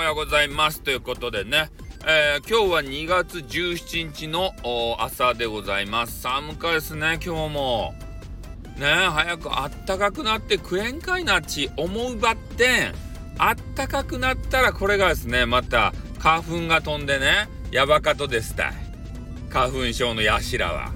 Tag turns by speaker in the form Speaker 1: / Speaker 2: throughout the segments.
Speaker 1: ようございますということでね、今日は2月17日の朝でございます。寒かですね今日もね。早くあったかくなって食えんかいなっち思うばってん、あったかくなったらこれがですねまた花粉が飛んでねやばかとですたい、花粉症のやしらは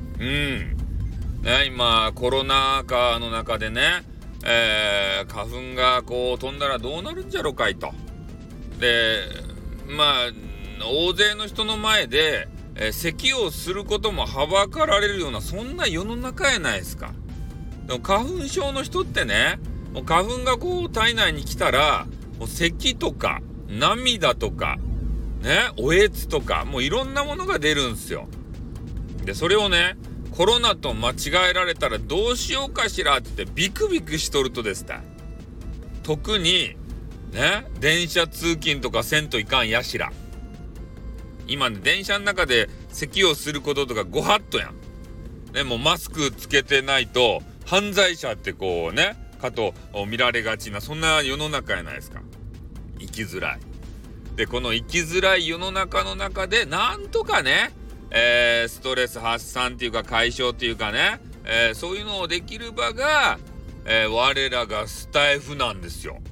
Speaker 1: ね、今コロナ禍の中でね、花粉がこう飛んだらどうなるんじゃろかいと。で大勢の人の前で、咳をすることもはばかられるようなそんな世の中やないですか。でも花粉症の人ってね、もう花粉がこう体内に来たらもう咳とか涙とかね、おえつとかもういろんなものが出るんすよ。でそれをねコロナと間違えられたらどうしようかしらってビクビクしとるとですた。特にね電車通勤とかせんといかんやしら。今ね電車の中で咳をすることとかご法度やんね。もうマスクつけてないと犯罪者ってこうねかと見られがちなそんな世の中やないですか。生きづらい。でこの生きづらい世の中の中でなんとかねストレス発散っていうか解消っていうかね、そういうのをできる場が、我らがスタイフなんですよ。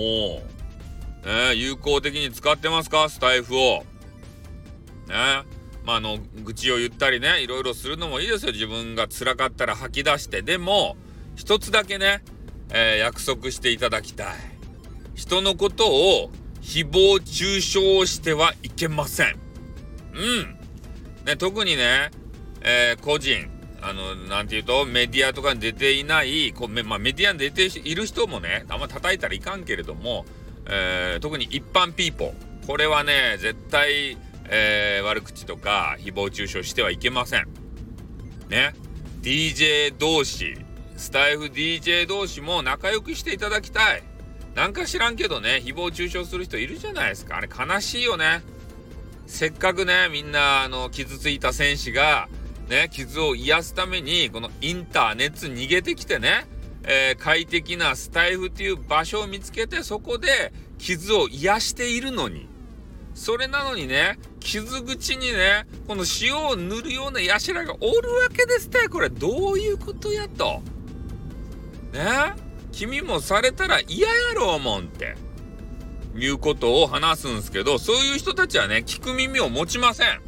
Speaker 1: 有効的に使ってますかスタイフをね。愚痴を言ったりねいろいろするのもいいですよ。自分が辛かったら吐き出して。でも一つだけね、約束していただきたい。人のことを誹謗中傷してはいけません。特にね、個人なんていうとメディアとかに出ていないメディアに出ている人もねあんま叩いたらいかんけれども、特に一般ピーポーこれはね絶対、悪口とか誹謗中傷してはいけませんね。 DJ 同士スタイフ DJ 同士も仲良くしていただきたい。なんか知らんけどね誹謗中傷する人いるじゃないですか。あれ悲しいよね。せっかくねみんな傷ついた戦士がね傷を癒すためにこのインターネット逃げてきてね、快適なスタイフっていう場所を見つけてそこで傷を癒しているのに、それなのにね傷口にねこの塩を塗るようなやしらがおるわけですって。これどういうことやとね。君もされたら嫌やろうもんっていうことを話すんですけど、そういう人たちはね聞く耳を持ちません。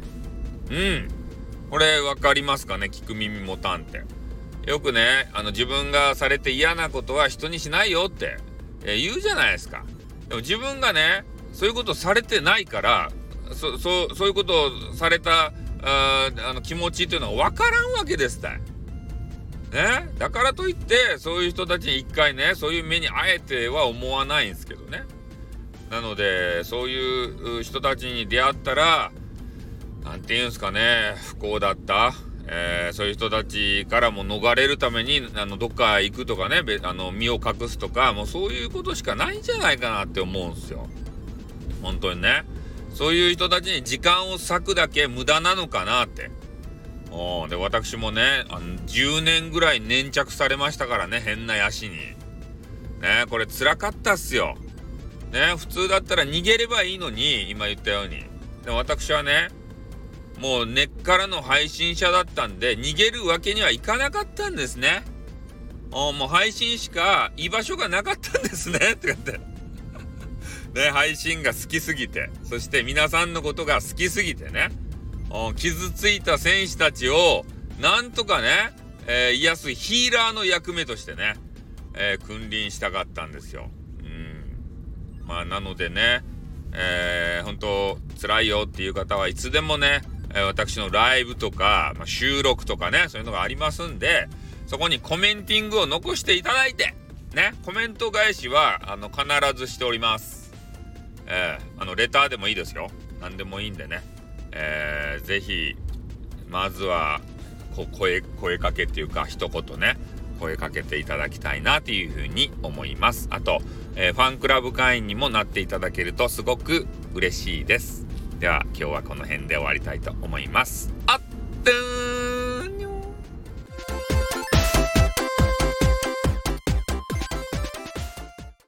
Speaker 1: これ分かりますかね。聞く耳持たんってよくね自分がされて嫌なことは人にしないよって、言うじゃないですか。でも自分がねそういうことされてないからそういうことをされた気持ちっていうのは分からんわけですたいね。だからといってそういう人たちに一回ねそういう目にあえては思わないんですけどね。なのでそういう人たちに出会ったらなんていうんですかね不幸だった、そういう人たちからも逃れるためにどっか行くとかね身を隠すとかもうそういうことしかないんじゃないかなって思うんですよ。本当にねそういう人たちに時間を割くだけ無駄なのかなって。で私もね10年ぐらい粘着されましたからね変なヤシにね。これ辛かったっすよね。普通だったら逃げればいいのに今言ったように。で私はねもう根っからの配信者だったんで逃げるわけにはいかなかったんですね。もう配信しか居場所がなかったんですねって言ってね配信が好きすぎて、そして皆さんのことが好きすぎてね傷ついた戦士たちをなんとかね、癒すヒーラーの役目としてね、君臨したかったんですよ。なのでね、本当辛いよっていう方はいつでもね、私のライブとか、収録とかねそういうのがありますんで、そこにコメンティングを残していただいてね、コメント返しは必ずしております。レターでもいいですよ。何でもいいんでね、ぜひまずは声かけっていうか一言ね声かけていただきたいなというふうに思います。あと、ファンクラブ会員にもなっていただけるとすごく嬉しいです。では今日はこの辺で終わりたいと思います。あっ